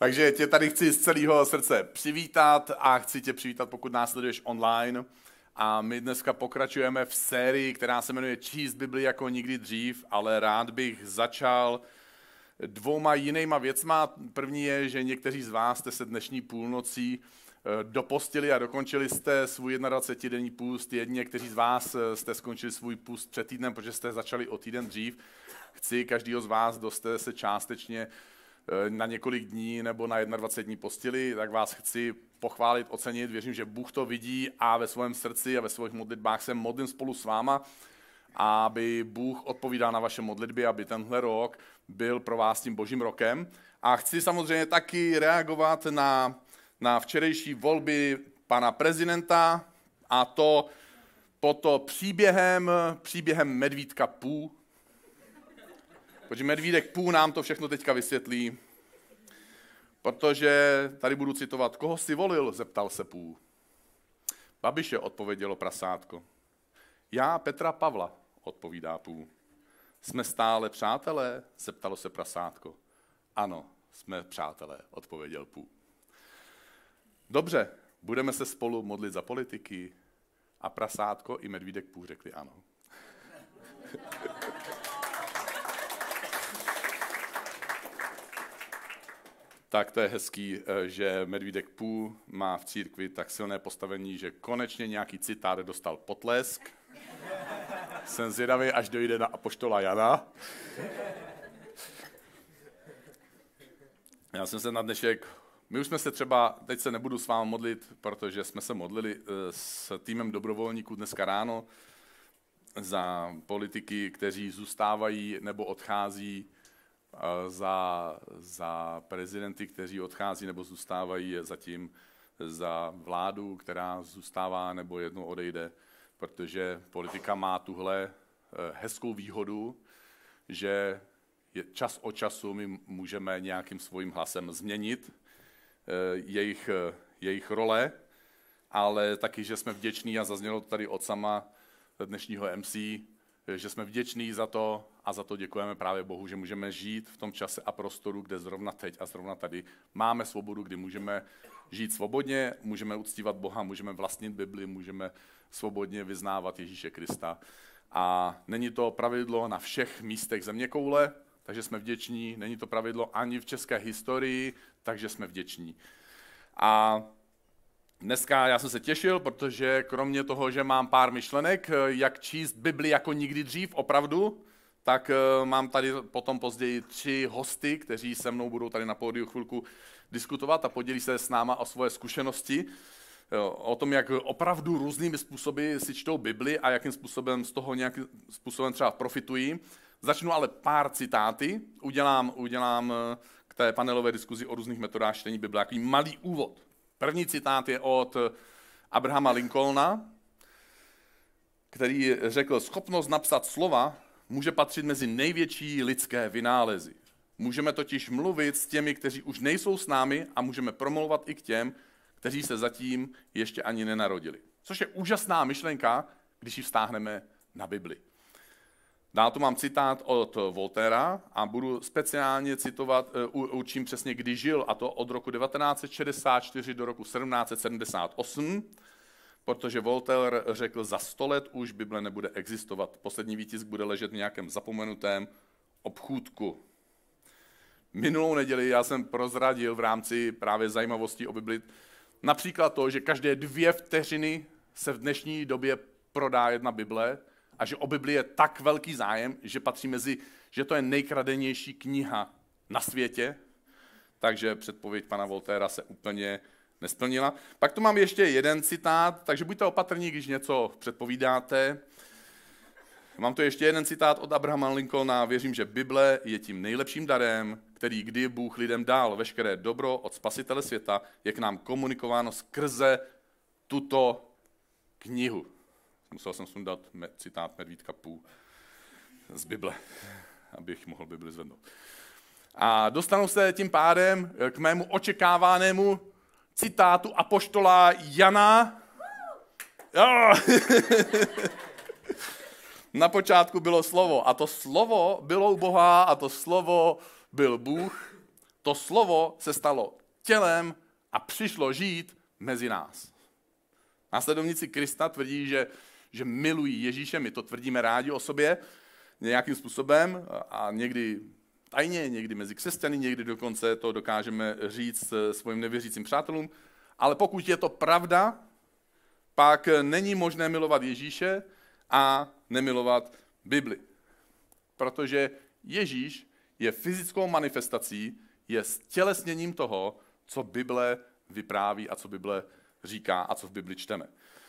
Takže tě tady chci z celého srdce přivítat a chci tě přivítat, pokud nás sleduješ online. A my dneska pokračujeme v sérii, která se jmenuje Číst Bibli jako nikdy dřív, ale rád bych začal dvouma jinýma věcma. První je, že někteří z vás jste se dnešní půlnocí dopostili a dokončili jste svůj 21-denní půst. Někteří z vás jste skončili svůj půst před týdnem, protože jste začali o týden dřív. Chci každýho z vás, kdo jste se částečně na několik dní nebo na 21 dní postili, tak vás chci pochválit, ocenit. Věřím, že Bůh to vidí a ve svém srdci a ve svých modlitbách se modlím spolu s váma, aby Bůh odpovídal na vaše modlitby, aby tenhle rok byl pro vás tím božím rokem. A chci samozřejmě taky reagovat na včerejší volby pana prezidenta a to po to příběhem Medvídka Pů. Protože Medvídek Pů nám to všechno teďka vysvětlí, protože tady budu citovat, koho jsi volil, zeptal se Pů. Babiše, odpovědělo prasátko. Já Petra Pavla, odpovídá Pů. Jsme stále přátelé, zeptalo se prasátko. Ano, jsme přátelé, odpověděl Pů. Dobře, budeme se spolu modlit za politiky a prasátko i Medvídek Pů řekli ano. Tak to je hezký, že Medvídek Pů má v církvi tak silné postavení, že konečně nějaký citát dostal potlesk. Jsem zvědavý, až dojde na apoštola Jana. Já jsem se na dnešek, my už jsme se třeba, teď se nebudu s vámi modlit, protože jsme se modlili s týmem dobrovolníků dneska ráno za politiky, kteří zůstávají nebo odchází, za prezidenty, kteří odchází nebo zůstávají, zatím za vládu, která zůstává nebo jednou odejde, protože politika má tuhle hezkou výhodu, že čas od času my můžeme nějakým svým hlasem změnit jejich role, ale taky, že jsme vděční, a zaznělo to tady od sama dnešního MC, že jsme vděční za to a za to děkujeme právě Bohu, že můžeme žít v tom čase a prostoru, kde zrovna teď a zrovna tady máme svobodu, kdy můžeme žít svobodně, můžeme uctívat Boha, můžeme vlastnit Bibli, můžeme svobodně vyznávat Ježíše Krista. A není to pravidlo na všech místech zeměkoule, takže jsme vděční, není to pravidlo ani v české historii, takže jsme vděční. A dneska já jsem se těšil, protože kromě toho, že mám pár myšlenek, jak číst Bibli jako nikdy dřív, opravdu, tak mám tady potom později 3 hosty, kteří se mnou budou tady na pódiu chvilku diskutovat a podělí se s náma o svoje zkušenosti, o tom, jak opravdu různými způsoby si čtou Bibli a jakým způsobem z toho nějakým způsobem třeba profitují. Začnu ale pár citáty, udělám k té panelové diskuzi o různých metodách čtení Bible jaký malý úvod. První citát je od Abrahama Lincolna, který řekl, schopnost napsat slova může patřit mezi největší lidské vynálezy. Můžeme totiž mluvit s těmi, kteří už nejsou s námi a můžeme promlouvat i k těm, kteří se zatím ještě ani nenarodili. Což je úžasná myšlenka, když ji vztáhneme na Bibli. Dál tu mám citát od Voltaira a budu speciálně citovat, učím přesně, kdy žil, a to od roku 1964 do roku 1778, protože Voltaire řekl, za 100 let už Bible nebude existovat. Poslední výtisk bude ležet v nějakém zapomenutém obchůdku. Minulou neděli já jsem prozradil v rámci právě zajímavostí o Bibli například to, že každé 2 vteřiny se v dnešní době prodá jedna Bible, a že o Bibli je tak velký zájem, že patří že to je nejkradenější kniha na světě, takže předpověď pana Voltaira se úplně nesplnila. Pak tu mám ještě jeden citát, takže buďte opatrní, když něco předpovídáte. Mám tu ještě jeden citát od Abrahama Lincolna. Věřím, že Bible je tím nejlepším darem, který kdy Bůh lidem dal. Veškeré dobro od Spasitele světa je k nám komunikováno skrze tuto knihu. Musel jsem sundat citát Medvídka Pů z Bible, abych mohl Bibli zvednout. A dostanu se tím pádem k mému očekávanému citátu apoštola Jana. Jo. Na počátku bylo slovo a to slovo bylo u Boha a to slovo byl Bůh. To slovo se stalo tělem a přišlo žít mezi nás. Následovníci Krista tvrdí, že milují Ježíše, my to tvrdíme rádi o sobě nějakým způsobem a někdy tajně, někdy mezi křesťany, někdy dokonce to dokážeme říct svým nevěřícím přátelům, ale pokud je to pravda, pak není možné milovat Ježíše a nemilovat Bibli. Protože Ježíš je fyzickou manifestací, je stělesněním toho, co Bible vypráví a co Bible říká a co v Bibli čteme.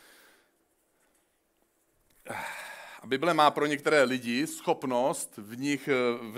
A Bible má pro některé lidi schopnost v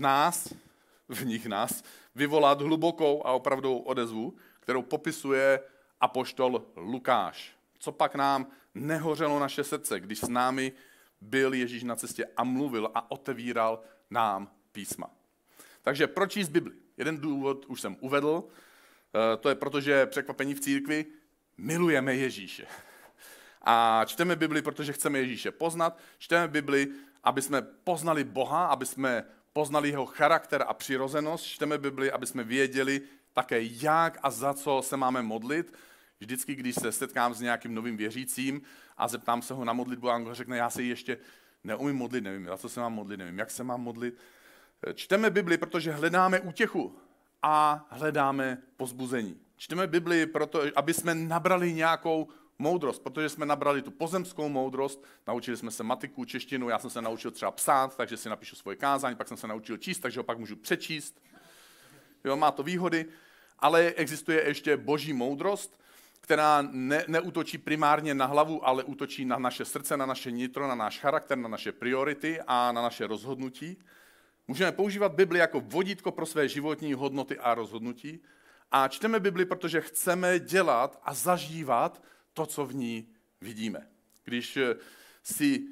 nás vyvolat hlubokou a opravdovou odezvu, kterou popisuje apoštol Lukáš. Co pak nám nehořelo naše srdce, když s námi byl Ježíš na cestě a mluvil a otevíral nám písma. Takže proč číst Bibli? Jeden důvod už jsem uvedl, to je proto, že překvapení v církvi milujeme Ježíše. A čteme Bibli, protože chceme Ježíše poznat. Čteme Bibli, aby jsme poznali Boha, aby jsme poznali jeho charakter a přirozenost. Čteme Bibli, aby jsme věděli také, jak a za co se máme modlit. Vždycky, když se setkám s nějakým novým věřícím a zeptám se ho na modlitbu, a on řekne, já se ještě neumím modlit, nevím, za co se mám modlit, nevím, jak se mám modlit. Čteme Bibli, protože hledáme útěchu a hledáme povzbuzení. Čteme Bibli, aby jsme nabrali nějakou moudrost, protože jsme nabrali tu pozemskou moudrost, naučili jsme se matiku, češtinu, já jsem se naučil třeba psát, takže si napíšu svoje kázání, pak jsem se naučil číst, takže ho pak můžu přečíst. Jo, má to výhody, ale existuje ještě boží moudrost, která neútočí primárně na hlavu, ale útočí na naše srdce, na naše nitro, na náš charakter, na naše priority a na naše rozhodnutí. Můžeme používat Bibli jako vodítko pro své životní hodnoty a rozhodnutí. A čteme Bibli, protože chceme dělat a zažívat to, co v ní vidíme. Když si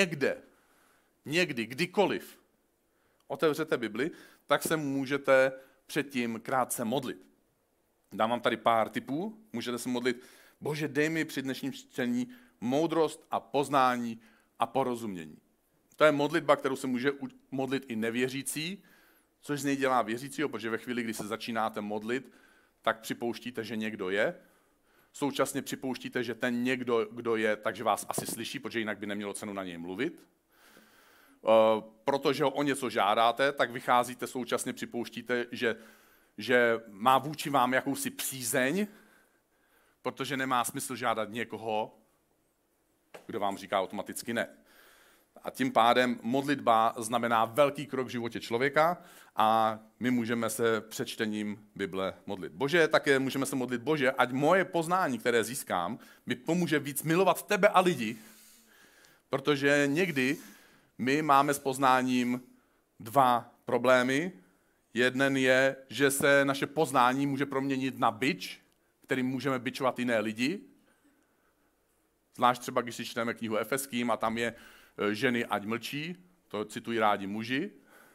někdy, kdykoliv otevřete Bibli, tak se můžete předtím krátce modlit. Dám vám tady pár tipů. Můžete se modlit, Bože, dej mi při dnešním čtení moudrost a poznání a porozumění. To je modlitba, kterou se může modlit i nevěřící, což z něj dělá věřícího, protože ve chvíli, kdy se začínáte modlit, tak připouštíte, že někdo je. Současně připouštíte, že ten někdo, kdo je, takže vás asi slyší, protože jinak by nemělo cenu na něj mluvit. Protože ho o něco žádáte, tak vycházíte, současně připouštíte, že má vůči vám jakousi přízeň, protože nemá smysl žádat někoho, kdo vám říká automaticky ne. A tím pádem modlitba znamená velký krok v životě člověka a my můžeme se před čtením Bible modlit. Bože, také můžeme se modlit, Bože, ať moje poznání, které získám, mi pomůže víc milovat tebe a lidi, protože někdy my máme s poznáním dva problémy. Jeden je, že se naše poznání může proměnit na bič, kterým můžeme bičovat jiné lidi. Zvlášť třeba, když si čteme knihu Efeským a tam je ženy ať mlčí, to citují rádi muži.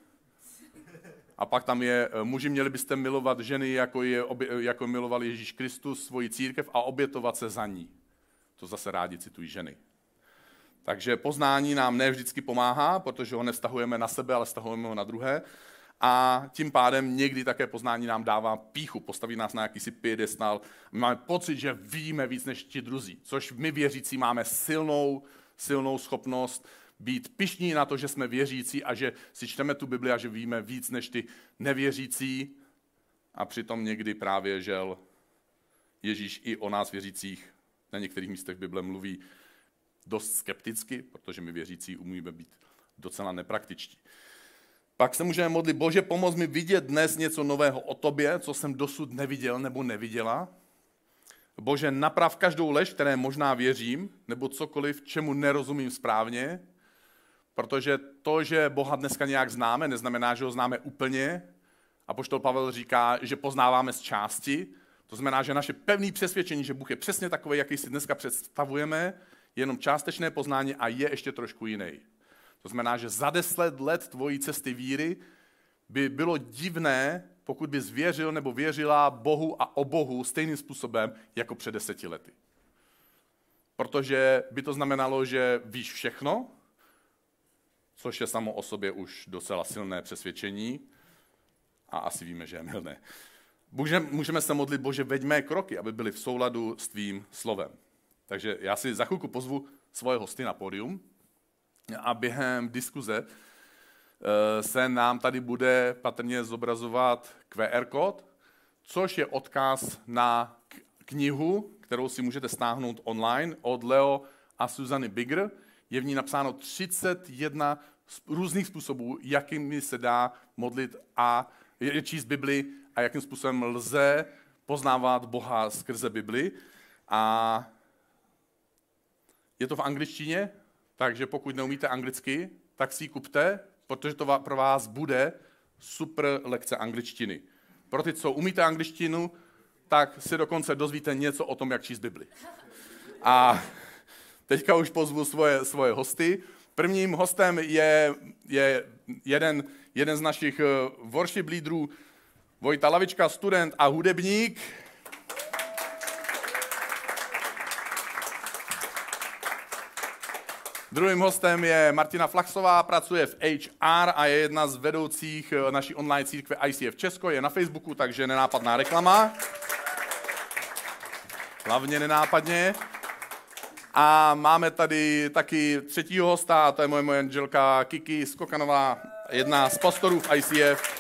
A pak tam je, muži, měli byste milovat ženy, jako miloval Ježíš Kristus svoji církev a obětovat se za ní. To zase rádi citují ženy. Takže poznání nám ne vždycky pomáhá, protože ho nevztahujeme na sebe, ale vztahujeme ho na druhé. A tím pádem někdy také poznání nám dává pýchu, postaví nás na jakýsi piedestal. My máme pocit, že víme víc než ti druzí, což my věřící máme silnou schopnost být pyšní na to, že jsme věřící a že si čteme tu Bibli a že víme víc než ty nevěřící. A přitom někdy právě žel Ježíš i o nás věřících na některých místech Bible mluví dost skepticky, protože my věřící umíme být docela nepraktičtí. Pak se můžeme modlit, Bože, pomoz mi vidět dnes něco nového o tobě, co jsem dosud neviděl nebo neviděla. Bože, naprav každou lež, které možná věřím, nebo cokoliv, čemu nerozumím správně, protože to, že Boha dneska nějak známe, neznamená, že ho známe úplně. Apoštol Pavel říká, že poznáváme z části. To znamená, že naše pevné přesvědčení, že Bůh je přesně takový, jaký si dneska představujeme, je jenom částečné poznání a je ještě trošku jiný. To znamená, že za 10 let tvojí cesty víry by bylo divné, pokud bys věřil nebo věřila Bohu a o Bohu stejným způsobem jako před 10 lety. Protože by to znamenalo, že víš všechno, což je samo o sobě už docela silné přesvědčení a asi víme, že je mylné. Můžeme se modlit, Bože, veď mé kroky, aby byly v souladu s tvým slovem. Takže já si za chvilku pozvu svoje hosty na pódium a během diskuze se nám tady bude patrně zobrazovat QR kód, což je odkaz na knihu, kterou si můžete stáhnout online od Leo a Suzanny Bigger. Je v ní napsáno 31 různých způsobů, jakými se dá modlit a číst Bibli a jakým způsobem lze poznávat Boha skrze Bibli. A je to v angličtině, takže pokud neumíte anglicky, tak si ji kupte, protože to pro vás bude super lekce angličtiny. Pro ty, co umíte angličtinu, tak si dokonce dozvíte něco o tom, jak číst Bibli. A teďka už pozvu svoje hosty. Prvním hostem je jeden z našich worship lídrů, Vojta Lavička, student a hudebník. Druhým hostem je Martina Flachsová, pracuje v HR a je jedna z vedoucích naší online církve ICF Česko, je na Facebooku, takže nenápadná reklama. Hlavně nenápadně. A máme tady taky třetího hosta, a to je moje manželka Kiki Skokanová, jedna z pastorů v ICF.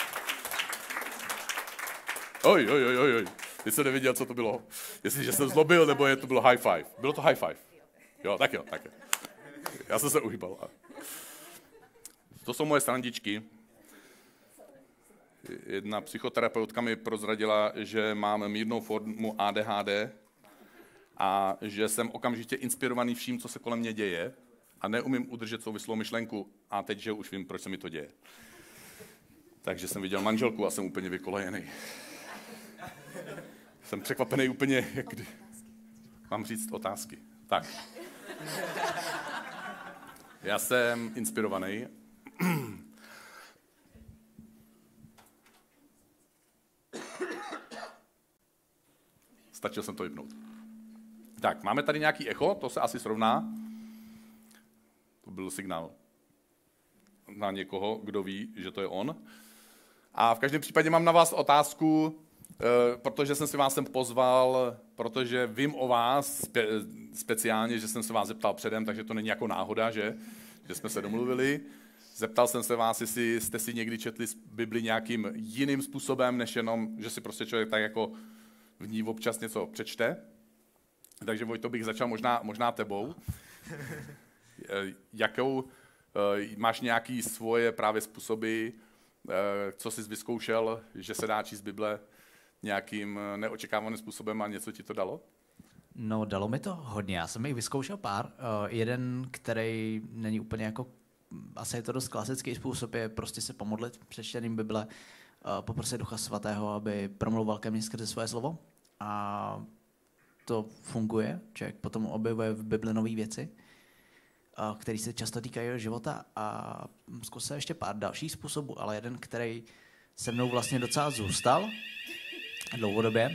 Oj. Ty jsi neviděl, co to bylo. Jestliže jsem zlobil, nebo to bylo high five. Bylo to high five. Jo. Já jsem se uhýbal. To jsou moje srandičky. Jedna psychoterapeutka mi prozradila, že mám mírnou formu ADHD a že jsem okamžitě inspirovaný vším, co se kolem mě děje a neumím udržet souvislou myšlenku a teď, že už vím, proč se mi to děje. Takže jsem viděl manželku a jsem úplně vykolejený. Jsem překvapený úplně, jak kdy. Mám říct otázky. Tak. Já jsem inspirovaný. Stačil jsem to vypnout. Tak, máme tady nějaký echo, to se asi srovná. To byl signál na někoho, kdo ví, že to je on. A v každém případě mám na vás otázku, protože jsem si vás sem pozval, protože vím o vás speciálně, že jsem se vás zeptal předem, takže to není jako náhoda, že jsme se domluvili. Zeptal jsem se vás, jestli jste si někdy četli Bibli nějakým jiným způsobem, než jenom, že si prostě člověk tak jako v ní občas něco přečte. Takže Vojto, bych začal možná tebou. Jakou máš nějaký svoje právě způsoby, co jsi vyzkoušel, že se dá číst Bible nějakým neočekávaným způsobem a něco ti to dalo? No, dalo mi to hodně. Já jsem jich vyzkoušel pár. Jeden, který není úplně jako, asi je to dost klasický způsob, je prostě se pomodlit přečtením Bible, poprosit Ducha Svatého, aby promluval ke mně skrze svoje slovo. A to funguje. Člověk potom objevuje v Bibli nové věci, které se často týkají jeho života. A zkusil ještě pár dalších způsobů, ale jeden, který se mnou vlastně docela zůstal dlouhodobě.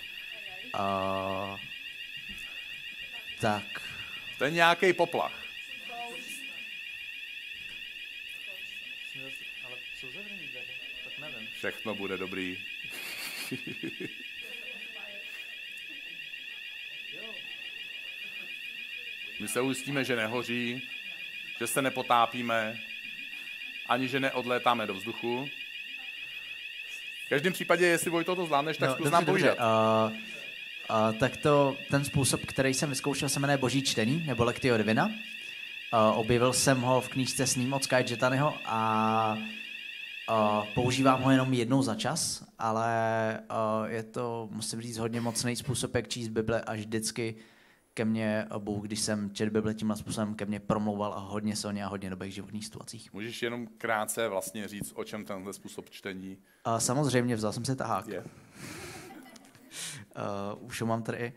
Tak. To je nějaký poplach. Ale jsou zavřený dveře, tak nevím. Všechno bude dobrý. My se ujistíme, že nehoří, že se nepotápíme, ani že neodlétáme do vzduchu. V každém případě, jestli Vojto to zvládneš, tak zkus nám povídat. Tak ten způsob, který jsem vyzkoušel, se jmenuje Boží čtení, nebo Lectio Divina. Objevil jsem ho v knížce Sním od Skye Jetanyho a používám ho jenom jednou za čas, ale je to, musím říct, hodně mocný způsob, jak číst Bible, až vždycky ke mně Bůh, když jsem četl Bible tímhle způsobem, ke mně promlouval a hodně silně a hodně dobrých životních situacích. Můžeš jenom krátce vlastně říct, o čem tenhle způsob čtení? Samozřejmě, vzal jsem si tahák. Yeah. Už ho mám tady.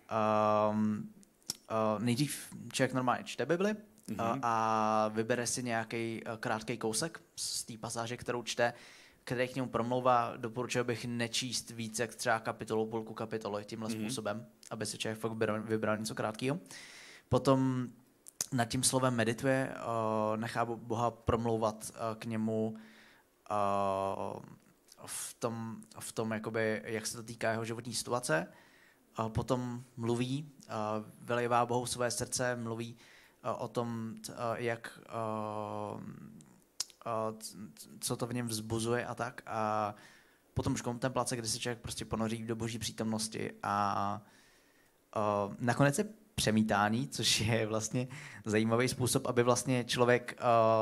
Nejdřív člověk normálně čte Bibli a vybere si nějaký krátký kousek z té pasáže, kterou čte, který k němu promlouvá. Doporučuji bych nečíst víc jak třeba kapitolu, půlku kapitoly tímhle způsobem, aby si člověk fakt vybral něco krátkého. Potom nad tím slovem medituje, nechá Boha promlouvat k němu v tom jakoby, jak se to týká jeho životní situace. Potom mluví, vylejvá Bohu své srdce, mluví o tom, jak, co to v něm vzbuzuje a tak. A potom už kontemplace, kdy se člověk prostě ponoří do Boží přítomnosti a nakonec je přemítání, což je vlastně zajímavý způsob, aby vlastně člověk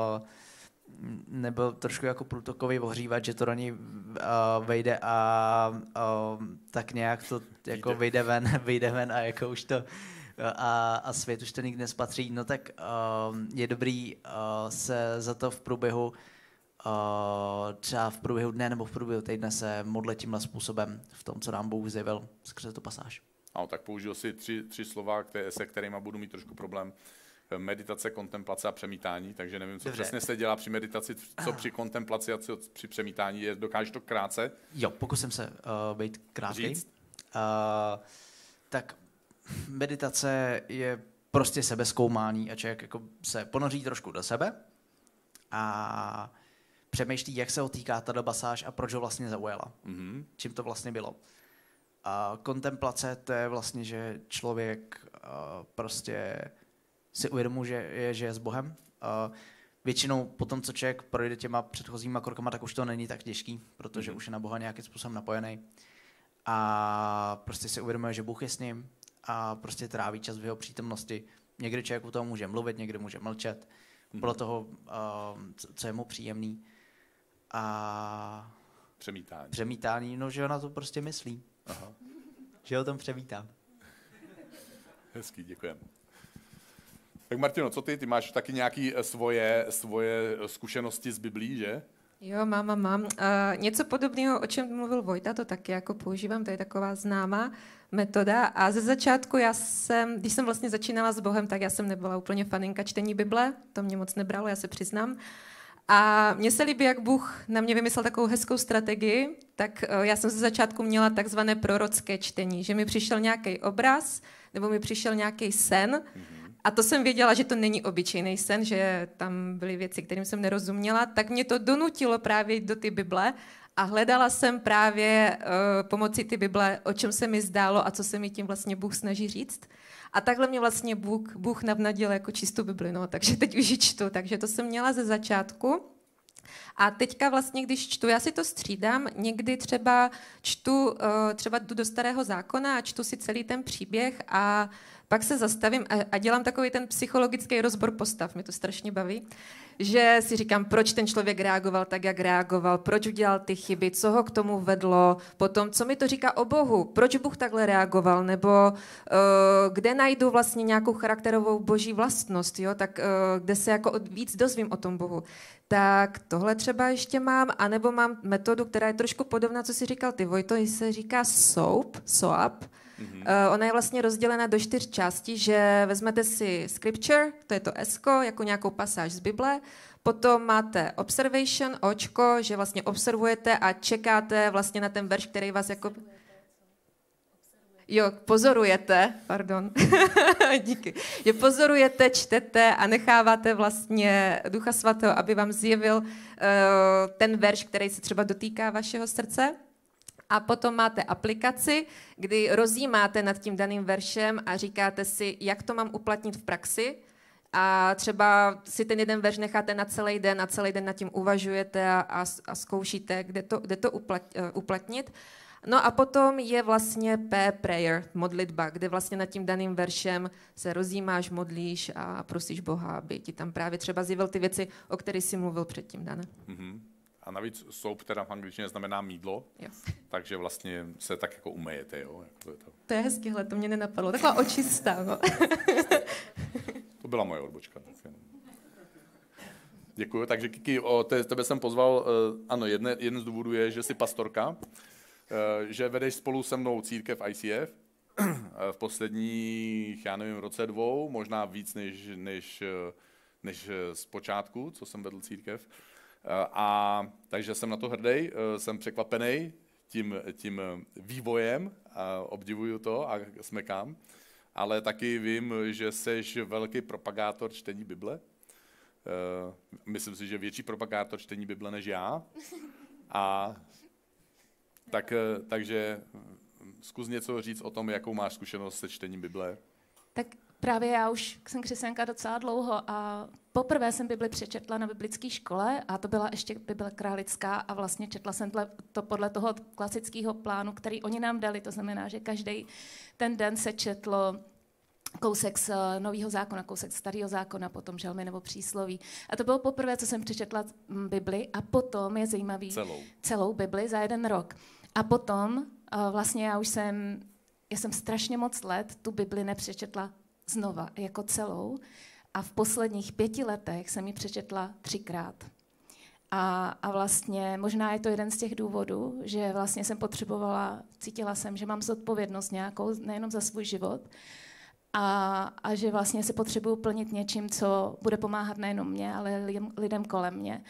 nebyl trošku jako průtokový ohřívat, že to do něj vejde a tak nějak to jako vyjde ven a jako už to a svět už to nikdy nespatří, no tak je dobrý se za to v průběhu třeba v průběhu dne nebo v průběhu týdne se modlit tímhle způsobem v tom, co nám Bůh zjevil skrze tu pasáž. No, tak použil si tři slova, se kterými budu mít trošku problém. Meditace, kontemplace a přemítání, takže nevím, co přesně se dělá při meditaci, co při kontemplaci a co při přemítání. Dokážeš to krátce? Jo, pokusím se být krátký. Tak meditace je prostě sebezkoumání a člověk jako se ponoří trošku do sebe a přemýšlí, jak se ho týká tato pasáž a proč ho vlastně zaujala. Mm-hmm. Čím to vlastně bylo. A kontemplace to je vlastně, že člověk prostě si uvědomuje, že je s Bohem. Většinou po tom, co člověk projde těma předchozíma krokama, tak už to není tak těžký, protože už je na Boha nějakým způsobem napojený. A prostě si uvědomuje, že Bůh je s ním a prostě tráví čas v jeho přítomnosti. Někdy člověk u toho může mluvit, někdy může mlčet, podle toho, co je mu příjemný. A přemítání, no, že ona to prostě myslí. Aha. Že o tom přemítám. Hezký, děkujem. Tak Martino, co ty? Ty máš taky nějaké svoje zkušenosti z Biblí, že? Jo, mám. Něco podobného, o čem mluvil Vojta, to taky jako používám, to je taková známá metoda. A ze začátku když jsem vlastně začínala s Bohem, tak já jsem nebyla úplně faninka čtení Bible, to mě moc nebralo, já se přiznám. A mně se líbí, jak Bůh na mě vymyslel takovou hezkou strategii, tak já jsem ze začátku měla takzvané prorocké čtení, že mi přišel nějaký obraz, nebo mi přišel nějaký sen, a to jsem věděla, že to není obyčejný sen, že tam byly věci, kterým jsem nerozuměla, tak mě to donutilo právě do ty Bible a hledala jsem právě pomocí ty Bible, o čem se mi zdálo a co se mi tím vlastně Bůh snaží říct. A takhle mě vlastně Bůh navnadil jako čistou Bibli, no, takže teď už ji čtu, takže to jsem měla ze začátku. A teďka vlastně, když čtu, já si to střídám, někdy třeba jdu do Starého zákona a čtu si celý ten příběh a pak se zastavím a dělám takový ten psychologický rozbor postav, mě to strašně baví, že si říkám, proč ten člověk reagoval tak, jak reagoval, proč udělal ty chyby, co ho k tomu vedlo, potom, co mi to říká o Bohu, proč Bůh takhle reagoval, nebo kde najdu vlastně nějakou charakterovou boží vlastnost, jo? Tak kde se jako víc dozvím o tom Bohu. Tak tohle třeba ještě mám, anebo mám metodu, která je trošku podobná, co si říkal ty, Vojto, se říká SOAP. Ona je vlastně rozdělena do 4 částí, že vezmete si scripture, to je to S-ko, jako nějakou pasáž z Bible, potom máte observation, očko, že vlastně observujete a čekáte vlastně na ten verš, který vás jako... Jo, pozorujete, pardon, díky. Že pozorujete, čtete a necháváte vlastně Ducha Svatého, aby vám zjevil ten verš, který se třeba dotýká vašeho srdce. A potom máte aplikaci, kdy rozjímáte nad tím daným veršem a říkáte si, jak to mám uplatnit v praxi. A třeba si ten jeden verš necháte na celý den a celý den nad tím uvažujete a zkoušíte, kde to uplatnit. No a potom je vlastně prayer, modlitba, kde vlastně nad tím daným veršem se rozjímáš, modlíš a prosíš Boha, aby ti tam právě třeba zjevil ty věci, o kterých jsi mluvil předtím, Dane. Mm-hmm. A navíc soup teda v angličtině znamená mídlo, takže vlastně se tak jako umejete, jo? To je hezkyhle, to mě nenapadlo. Taková očistá, no. To byla moje odbočka. Děkuji, takže Kiki, tebe jsem pozval, ano, jeden z důvodů je, že jsi pastorka, že vedeš spolu se mnou církev ICF v posledních, já nevím, roce 2, možná víc než z počátku, co jsem vedl církev. A takže jsem na to hrdý, jsem překvapený tím vývojem, a obdivuju to a smekám, ale taky vím, že jsi velký propagátor čtení Bible. Myslím si, že větší propagátor čtení Bible než já. A Takže zkus něco říct o tom, jakou máš zkušenost se čtením Bible. Tak právě já už jsem křesťanka docela dlouho a poprvé jsem Bibli přečetla na biblické škole a to byla ještě Bible kralická a vlastně četla jsem to podle toho klasického plánu, který oni nám dali, to znamená, že každý ten den se četlo kousek z Nového zákona, kousek z Starého zákona, potom žalmy nebo přísloví. A to bylo poprvé, co jsem přečetla Bibli a potom je zajímavý celou Bibli za jeden rok. A potom vlastně já jsem strašně moc let tu Bibli nepřečetla znova, jako celou. A v posledních 5 letech jsem ji přečetla 3krát. A vlastně možná je to jeden z těch důvodů, že vlastně jsem cítila jsem, že mám zodpovědnost nějakou, nejenom za svůj život, a že vlastně se potřebuju plnit něčím, co bude pomáhat nejenom mě, ale lidem kolem mě.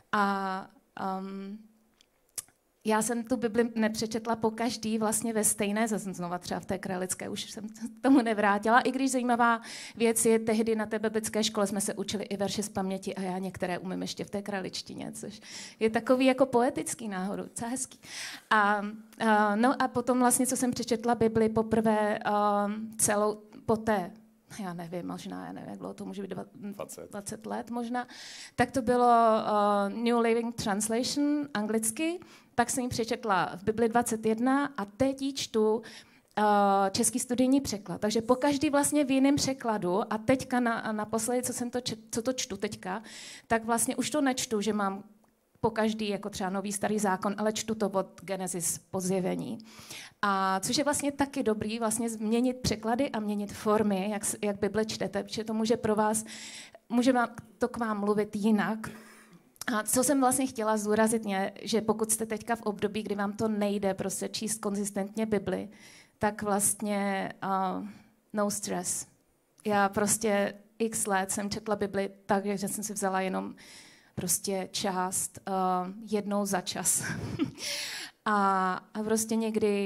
Já jsem tu Bibli nepřečetla pokaždý vlastně ve stejné, znova třeba v té kralické, už jsem tomu nevrátila, i když zajímavá věc je, tehdy na té biblické škole jsme se učili i verše z paměti a já některé umím ještě v té kraličtině, což je takový jako poetický náhodou, docela hezký. No a potom vlastně, co jsem přečetla Bibli poprvé celou poté, já nevím, jak dlouho to může být 20 let možná, tak to bylo New Living Translation anglicky, pak jsem ji přečetla v Bibli 21 a teď ji čtu český studijní překlad. Takže pokaždý vlastně v jiném překladu a teďka naposledy, co to čtu teďka, tak vlastně už to nečtu, že mám pokaždý jako třeba Nový Starý zákon, ale čtu to od Genesis po Zjevení. A což je vlastně taky dobrý, vlastně změnit překlady a měnit formy, jak Bible čtete, protože to může to k vám mluvit jinak. A co jsem vlastně chtěla zdůraznit je, že pokud jste teďka v období, kdy vám to nejde prostě číst konzistentně Bibli, tak vlastně no stress. Já prostě x let jsem četla Bibli tak, že jsem si vzala jenom prostě část jednou za čas. a prostě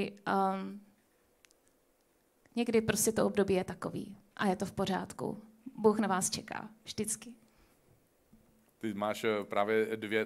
někdy prostě to období je takový a je to v pořádku. Bůh na vás čeká vždycky. Ty máš právě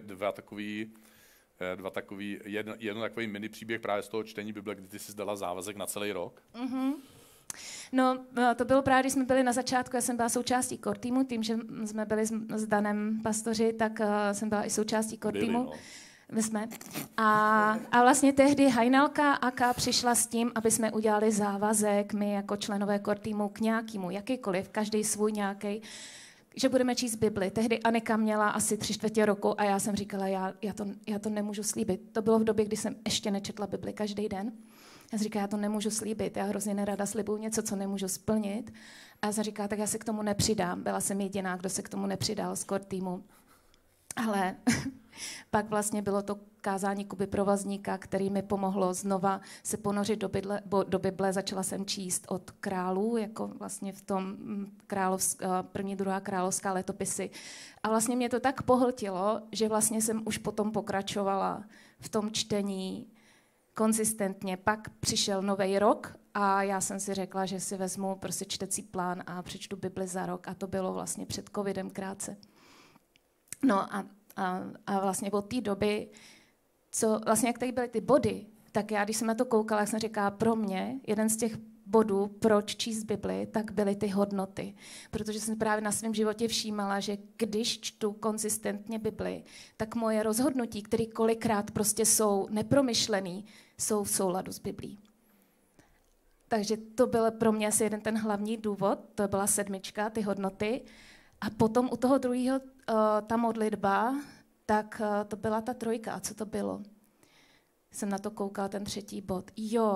jeden takový mini příběh právě z toho čtení Bible, kdy ty jsi dala závazek na celý rok. Mm-hmm. No, to bylo právě, když jsme byli na začátku, já jsem byla součástí core týmu, tím, že jsme byli s Danem pastoři, tak jsem byla i součástí core týmu. No. My jsme. A vlastně tehdy Hajnalka Aka přišla s tím, aby jsme udělali závazek, my jako členové core týmu k nějakému, jakýkoliv, každý svůj nějaký, že budeme číst Bibli. Tehdy Anika měla asi 3/4 roku a já jsem říkala, já to nemůžu slíbit. To bylo v době, kdy jsem ještě nečetla Bibli každý den. Já jsem říkala, já to nemůžu slíbit, já hrozně nerada slibuju něco, co nemůžu splnit. A já jsem říkala, tak já se k tomu nepřidám. Byla jsem jediná, kdo se k tomu nepřidal z core týmu. Ale pak vlastně bylo to kázání Kuby Provazníka, který mi pomohlo znova se ponořit do Bible. Začala jsem číst od králů, jako vlastně v tom první, druhá královská letopisy. A vlastně mě to tak pohltilo, že vlastně jsem už potom pokračovala v tom čtení konzistentně. Pak přišel nový rok a já jsem si řekla, že si vezmu prostě čtecí plán a přečtu Bibli za rok. A to bylo vlastně před covidem krátce. No a vlastně od té doby, vlastně jak tady byly ty body, tak já, když jsem na to koukala, jak jsem říkala, pro mě jeden z těch bodů, proč číst Bibli, tak byly ty hodnoty. Protože jsem právě na svém životě všímala, že když čtu konzistentně Bibli, tak moje rozhodnutí, které kolikrát prostě jsou nepromyšlený, jsou v souladu s Biblí. Takže to byl pro mě asi jeden ten hlavní důvod, to byla 7, ty hodnoty. A potom u toho druhého ta modlitba, tak to byla ta 3. A co to bylo? Jsem na to koukala, ten 3. bod.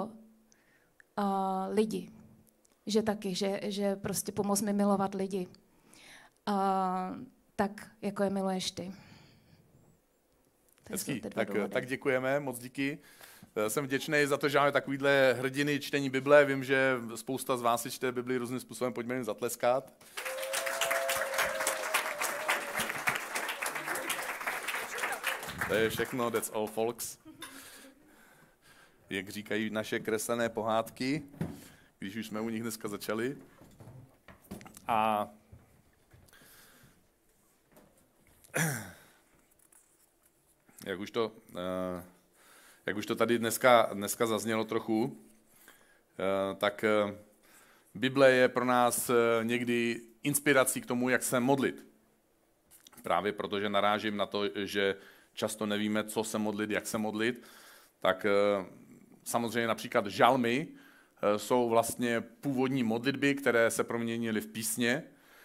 Lidi. Že taky, že prostě pomoz mi milovat lidi. Tak, jako je miluješ ty. Hezký. Tak děkujeme, moc díky. Jsem vděčný za to, že máme takovýhle hrdiny čtení Bible. Vím, že spousta z vás si čte Bibli různým způsobem, pojďme jim zatleskat. To je všechno, that's all folks. Jak říkají naše kreslené pohádky, když už jsme u nich dneska začali. A jak už to tady dneska zaznělo trochu, tak Bible je pro nás někdy inspirací k tomu, jak se modlit. Právě protože narážím na to, že často nevíme, co se modlit, jak se modlit, tak samozřejmě například žalmy jsou vlastně původní modlitby, které se proměnily v písně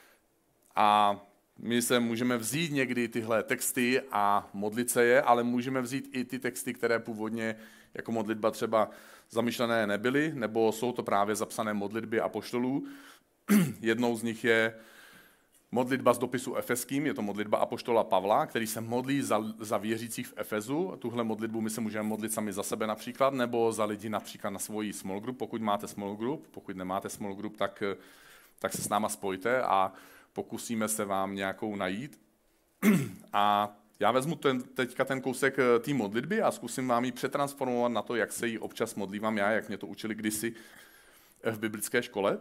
a my se můžeme vzít někdy tyhle texty a modlit se je, ale můžeme vzít i ty texty, které původně jako modlitba třeba zamýšlené nebyly, nebo jsou to právě zapsané modlitby apoštolů. Jednou z nich je modlitba z dopisu Efeským, je to modlitba apoštola Pavla, který se modlí za věřících v Efezu. Tuhle modlitbu my se můžeme modlit sami za sebe například, nebo za lidi například na svoji small group, pokud máte small group. Pokud nemáte small group, tak se s náma spojte a pokusíme se vám nějakou najít. A já vezmu teďka ten kousek té modlitby a zkusím vám ji přetransformovat na to, jak se jí občas modlívám já, jak mě to učili kdysi v biblické škole.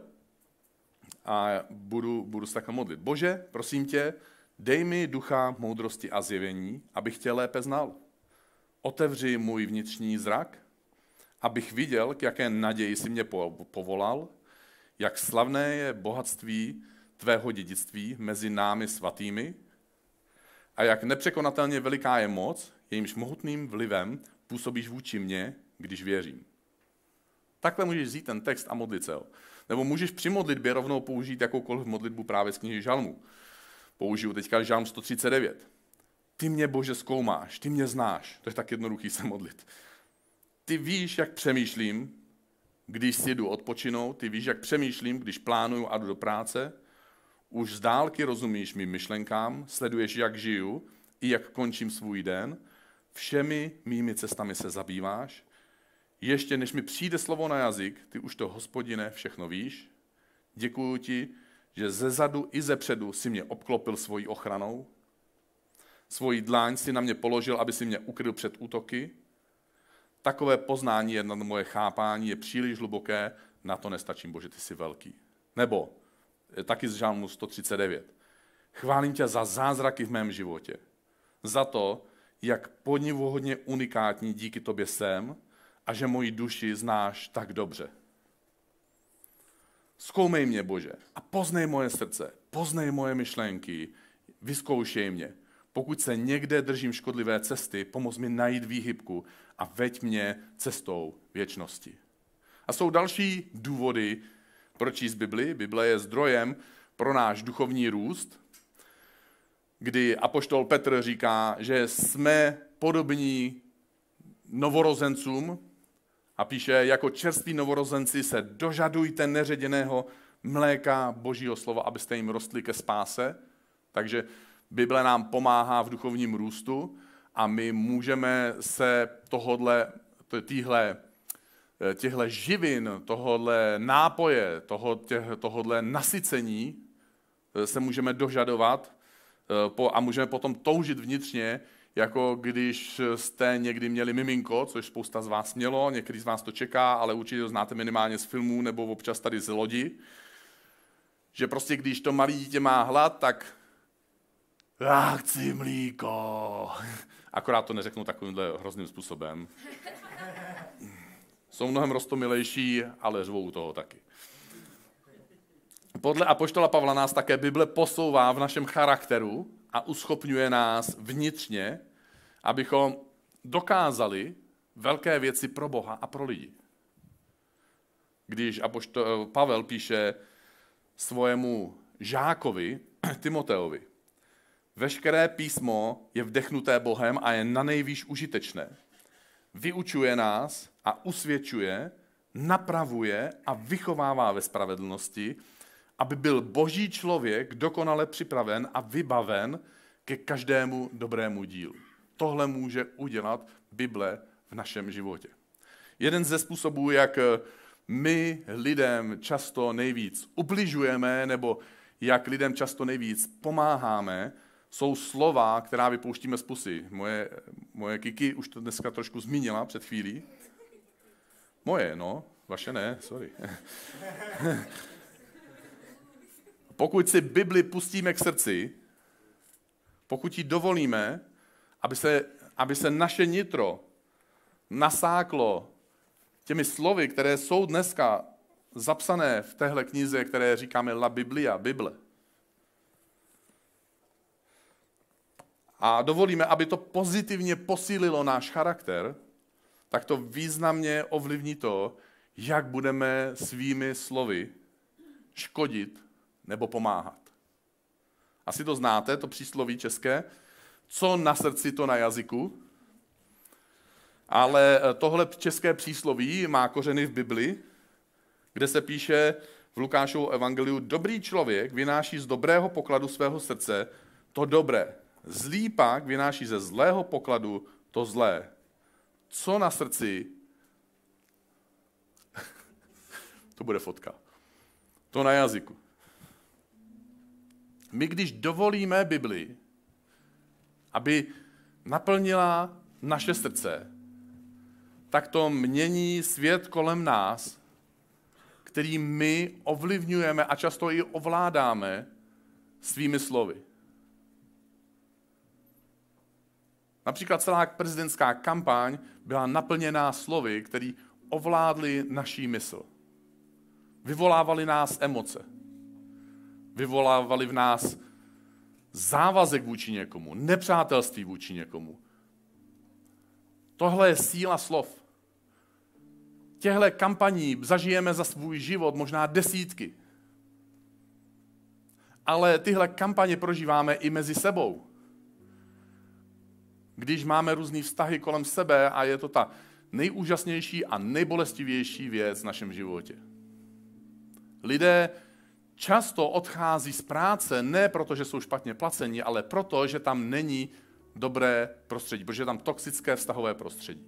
A budu se takhle modlit. Bože, prosím tě, dej mi ducha moudrosti a zjevení, abych tě lépe znal. Otevři můj vnitřní zrak, abych viděl, k jaké naději jsi mě povolal, jak slavné je bohatství tvého dědictví mezi námi svatými a jak nepřekonatelně veliká je moc, jejímž mohutným vlivem působíš vůči mně, když věřím. Takhle můžeš vzít ten text a modlit se ho. Nebo můžeš při modlitbě rovnou použít jakoukoliv modlitbu právě z knihy Žalmů. Použiju teďka Žalm 139. Ty mě, Bože, zkoumáš, ty mě znáš. To je tak jednoduchý se modlit. Ty víš, jak přemýšlím, když si jdu odpočinout, ty víš, jak přemýšlím, když plánuju a jdu do práce. Už z dálky rozumíš mým myšlenkám, sleduješ, jak žiju i jak končím svůj den. Všemi mými cestami se zabýváš. Ještě než mi přijde slovo na jazyk, ty už to, Hospodine, všechno víš. Děkuju ti, že ze zadu i ze předu si mě obklopil svojí ochranou. Svoji dláň si na mě položil, aby si mě ukryl před útoky. Takové poznání nad moje chápání je příliš hluboké, na to nestačím, Bože, ty jsi velký. Nebo taky z Žalmu 139. Chválím tě za zázraky v mém životě. Za to, jak podivuhodně unikátní díky tobě jsem, a že moji duši znáš tak dobře. Zkoumej mě, Bože, a poznej moje srdce, poznej moje myšlenky, vyzkoušej mě. Pokud se někde držím škodlivé cesty, pomoz mi najít výhybku a veď mě cestou věčnosti. A jsou další důvody, proč číst Bibli. Bible je zdrojem pro náš duchovní růst, kdy apoštol Petr říká, že jsme podobní novorozencům, a píše, jako čerství novorozenci se dožadujte neředěného mléka Božího slova, abyste jim rostli ke spáse. Takže Bible nám pomáhá v duchovním růstu a my můžeme se těchto živin, tohodle nápoje, tohodle nasycení se můžeme dožadovat a můžeme potom toužit vnitřně, jako když jste někdy měli miminko, což spousta z vás mělo, některý z vás to čeká, ale určitě to znáte minimálně z filmů nebo občas tady z lodi, že prostě když to malé dítě má hlad, tak já chci mlíko. Akorát to neřeknu takovýmhle hrozným způsobem. Jsou mnohem roztomilejší, ale řvou toho taky. Podle apoštola Pavla nás také Bible posouvá v našem charakteru a uschopňuje nás vnitřně, abychom dokázali velké věci pro Boha a pro lidi. Když Pavel píše svojemu žákovi Timoteovi, veškeré písmo je vdechnuté Bohem a je nanejvýš užitečné. Vyučuje nás a usvědčuje, napravuje a vychovává ve spravedlnosti, aby byl boží člověk dokonale připraven a vybaven ke každému dobrému dílu. Tohle může udělat Bible v našem životě. Jeden ze způsobů, jak my lidem často nejvíc ubližujeme, nebo jak lidem často nejvíc pomáháme, jsou slova, která vypouštíme z pusy. Moje Kiki už to dneska trošku zmínila před chvílí. Moje, no, vaše ne, sorry. Pokud si Bibli pustíme k srdci, pokud jí dovolíme, aby se naše nitro nasáklo těmi slovy, které jsou dneska zapsané v téhle knize, které říkáme La Biblia, Bible, a dovolíme, aby to pozitivně posílilo náš charakter, tak to významně ovlivní to, jak budeme svými slovy škodit nebo pomáhat. Asi to znáte, to přísloví české, co na srdci, to na jazyku. Ale tohle české přísloví má kořeny v Bibli, kde se píše v Lukášovu evangeliu: dobrý člověk vynáší z dobrého pokladu svého srdce to dobré. Zlý pak vynáší ze zlého pokladu to zlé. Co na srdci, to bude fotka, to na jazyku. My, když dovolíme Bibli, aby naplnila naše srdce, tak to mění svět kolem nás, který my ovlivňujeme a často i ovládáme svými slovy. Například celá prezidentská kampaň byla naplněná slovy, které ovládly naší mysl. Vyvolávali nás emoce. Vyvolávali v nás závazek vůči někomu, nepřátelství vůči někomu. Tohle je síla slov. Těhle kampaní zažijeme za svůj život možná desítky. Ale tyhle kampaně prožíváme i mezi sebou. Když máme různý vztahy kolem sebe a je to ta nejúžasnější a nejbolestivější věc v našem životě. Lidé často odchází z práce ne proto, že jsou špatně placeni, ale proto, že tam není dobré prostředí, protože je tam toxické vztahové prostředí.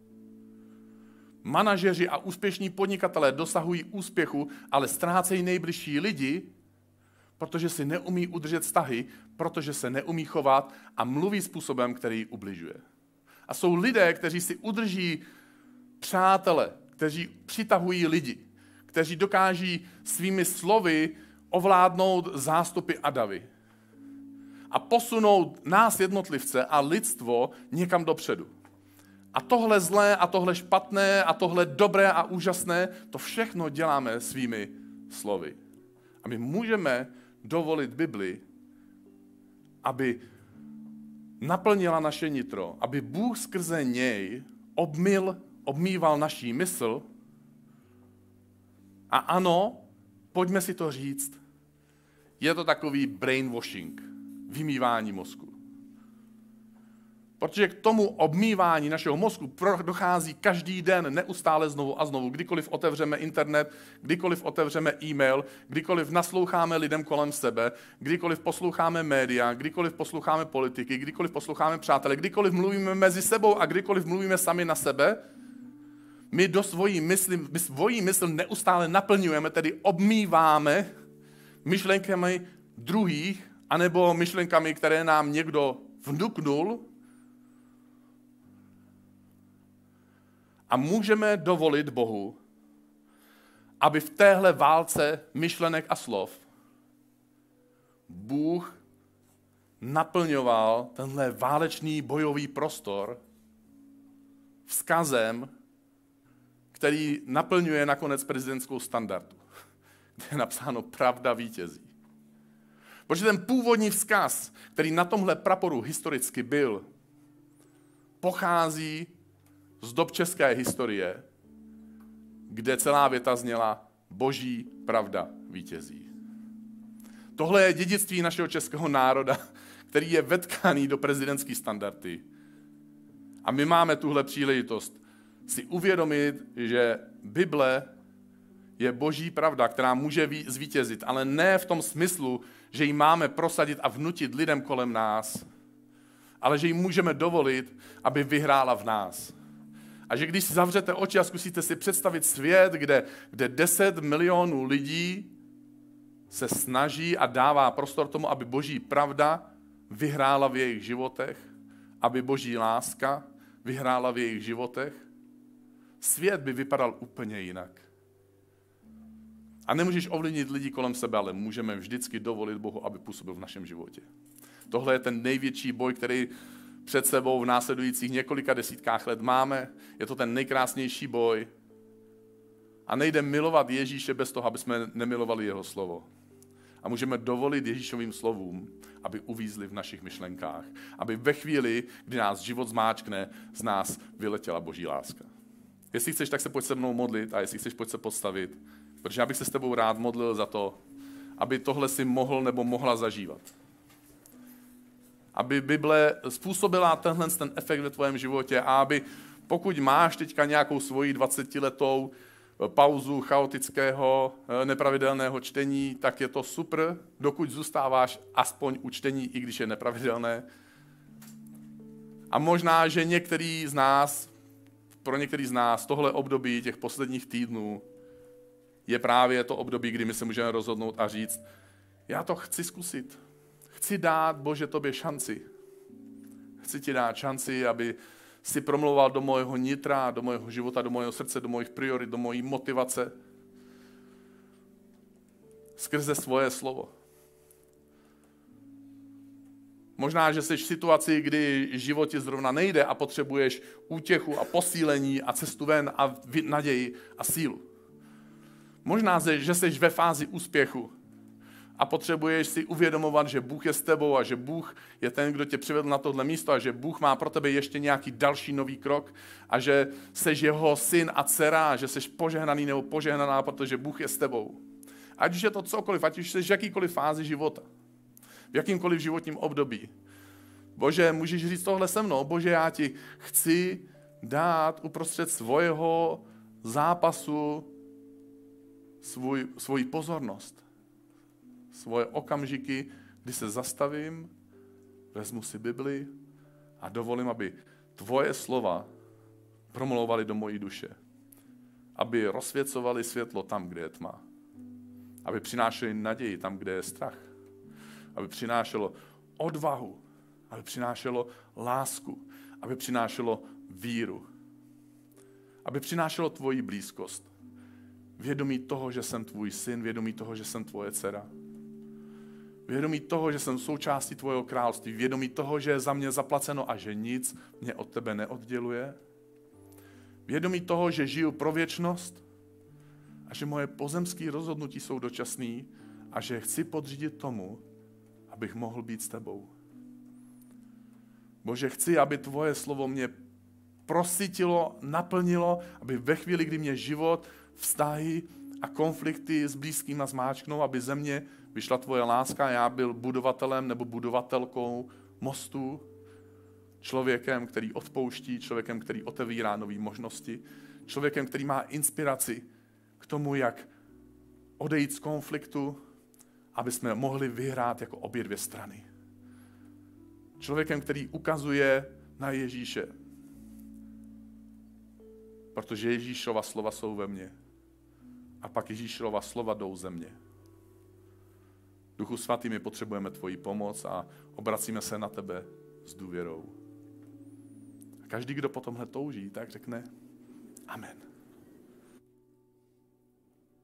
Manažeři a úspěšní podnikatelé dosahují úspěchu, ale ztrácejí nejbližší lidi, protože si neumí udržet vztahy, protože se neumí chovat a mluví způsobem, který ubližuje. A jsou lidé, kteří si udrží přátele, kteří přitahují lidi, kteří dokáží svými slovy ovládnout zástupy a davy a posunout nás jednotlivce a lidstvo někam dopředu. A tohle zlé a tohle špatné a tohle dobré a úžasné, to všechno děláme svými slovy. A my můžeme dovolit Bibli, aby naplnila naše nitro, aby Bůh skrze něj obmýval naší mysl. A ano, pojďme si to říct, je to takový brainwashing, vymývání mozku. Protože k tomu obmývání našeho mozku dochází každý den neustále znovu a znovu. Kdykoliv otevřeme internet, kdykoliv otevřeme e-mail, kdykoliv nasloucháme lidem kolem sebe, kdykoliv posloucháme média, kdykoliv posloucháme politiky, kdykoliv posloucháme přátele, kdykoliv mluvíme mezi sebou a kdykoliv mluvíme sami na sebe, my svoji mysl neustále naplňujeme, tedy obmýváme myšlenkami druhých, anebo myšlenkami, které nám někdo vnuknul. A můžeme dovolit Bohu, aby v téhle válce myšlenek a slov Bůh naplňoval tenhle válečný bojový prostor vzkazem, který naplňuje nakonec prezidentskou standardu, kde je napsáno pravda vítězí. Protože ten původní vzkaz, který na tomhle praporu historicky byl, pochází z dob české historie, kde celá věta zněla Boží pravda vítězí. Tohle je dědictví našeho českého národa, který je vetkaný do prezidentské standardy. A my máme tuhle příležitost si uvědomit, že Bible je Boží pravda, která může zvítězit, ale ne v tom smyslu, že ji máme prosadit a vnutit lidem kolem nás, ale že ji můžeme dovolit, aby vyhrála v nás. A že když si zavřete oči a zkusíte si představit svět, kde 10 milionů lidí se snaží a dává prostor tomu, aby Boží pravda vyhrála v jejich životech, aby Boží láska vyhrála v jejich životech, svět by vypadal úplně jinak. A nemůžeš ovlivnit lidi kolem sebe, ale můžeme vždycky dovolit Bohu, aby působil v našem životě. Tohle je ten největší boj, který před sebou v následujících několika desítkách let máme. Je to ten nejkrásnější boj. A nejde milovat Ježíše bez toho, aby jsme nemilovali jeho slovo. A můžeme dovolit Ježíšovým slovům, aby uvízli v našich myšlenkách. Aby ve chvíli, kdy nás život zmáčkne, z nás vyletěla Boží láska. Jestli chceš, tak se pojď se mnou modlit a jestli chceš, pojď se postavit. Protože já bych se s tebou rád modlil za to, aby tohle si mohl nebo mohla zažívat. Aby Bible způsobila ten efekt ve tvém životě a aby pokud máš teďka nějakou svoji 20letou pauzu chaotického, nepravidelného čtení, tak je to super, dokud zůstáváš aspoň u čtení, i když je nepravidelné. A možná, že pro některý z nás tohle období těch posledních týdnů je právě to období, kdy my se můžeme rozhodnout a říct, já to chci zkusit. Chci dát, Bože, tobě šanci. Chci ti dát šanci, aby si promlouval do mojeho nitra, do mojeho života, do mojeho srdce, do mojich priorit, do mojí motivace. Skrze svoje slovo. Možná, že jsi v situaci, kdy život ti zrovna nejde a potřebuješ útěchu a posílení a cestu ven a naději a sílu. Možná, že jsi ve fázi úspěchu a potřebuješ si uvědomovat, že Bůh je s tebou a že Bůh je ten, kdo tě přivedl na tohle místo a že Bůh má pro tebe ještě nějaký další nový krok a že jsi jeho syn a dcera a že jsi požehnaný nebo požehnaná, protože Bůh je s tebou. Ať už je to cokoliv, ať už jsi v jakýkoliv fázi života, v jakýmkoliv životním období. Bože, můžeš říct tohle se mnou. Bože, já ti chci dát uprostřed svého zápasu svoji pozornost. Svoje okamžiky, kdy se zastavím, vezmu si Bibli a dovolím, aby tvoje slova promlouvaly do mojí duše. Aby rozsvěcovaly světlo tam, kde je tma. Aby přinášely naději tam, kde je strach. Aby přinášelo odvahu. Aby přinášelo lásku. Aby přinášelo víru. Aby přinášelo tvoji blízkost. Vědomí toho, že jsem tvůj syn, vědomí toho, že jsem tvoje dcera. Vědomí toho, že jsem součástí tvojho království, vědomí toho, že je za mě zaplaceno a že nic mě od tebe neodděluje. Vědomí toho, že žiju pro věčnost a že moje pozemské rozhodnutí jsou dočasný a že chci podřídit tomu, abych mohl být s tebou. Bože, chci, aby tvoje slovo mě prosytilo, naplnilo, aby ve chvíli, kdy mě život, vztahy a konflikty s blízkýma zmáčknou, aby ze mě vyšla tvoje láska a já byl budovatelem nebo budovatelkou mostu, člověkem, který odpouští, člověkem, který otevírá nové možnosti, člověkem, který má inspiraci k tomu, jak odejít z konfliktu, aby jsme mohli vyhrát jako obě dvě strany. Člověkem, který ukazuje na Ježíše, protože Ježíšova slova jsou ve mně a pak Ježíšova slova jdou ze mě. Duchu svatý, my potřebujeme tvoji pomoc a obracíme se na tebe s důvěrou. A každý, kdo po tomhle touží, tak řekne amen.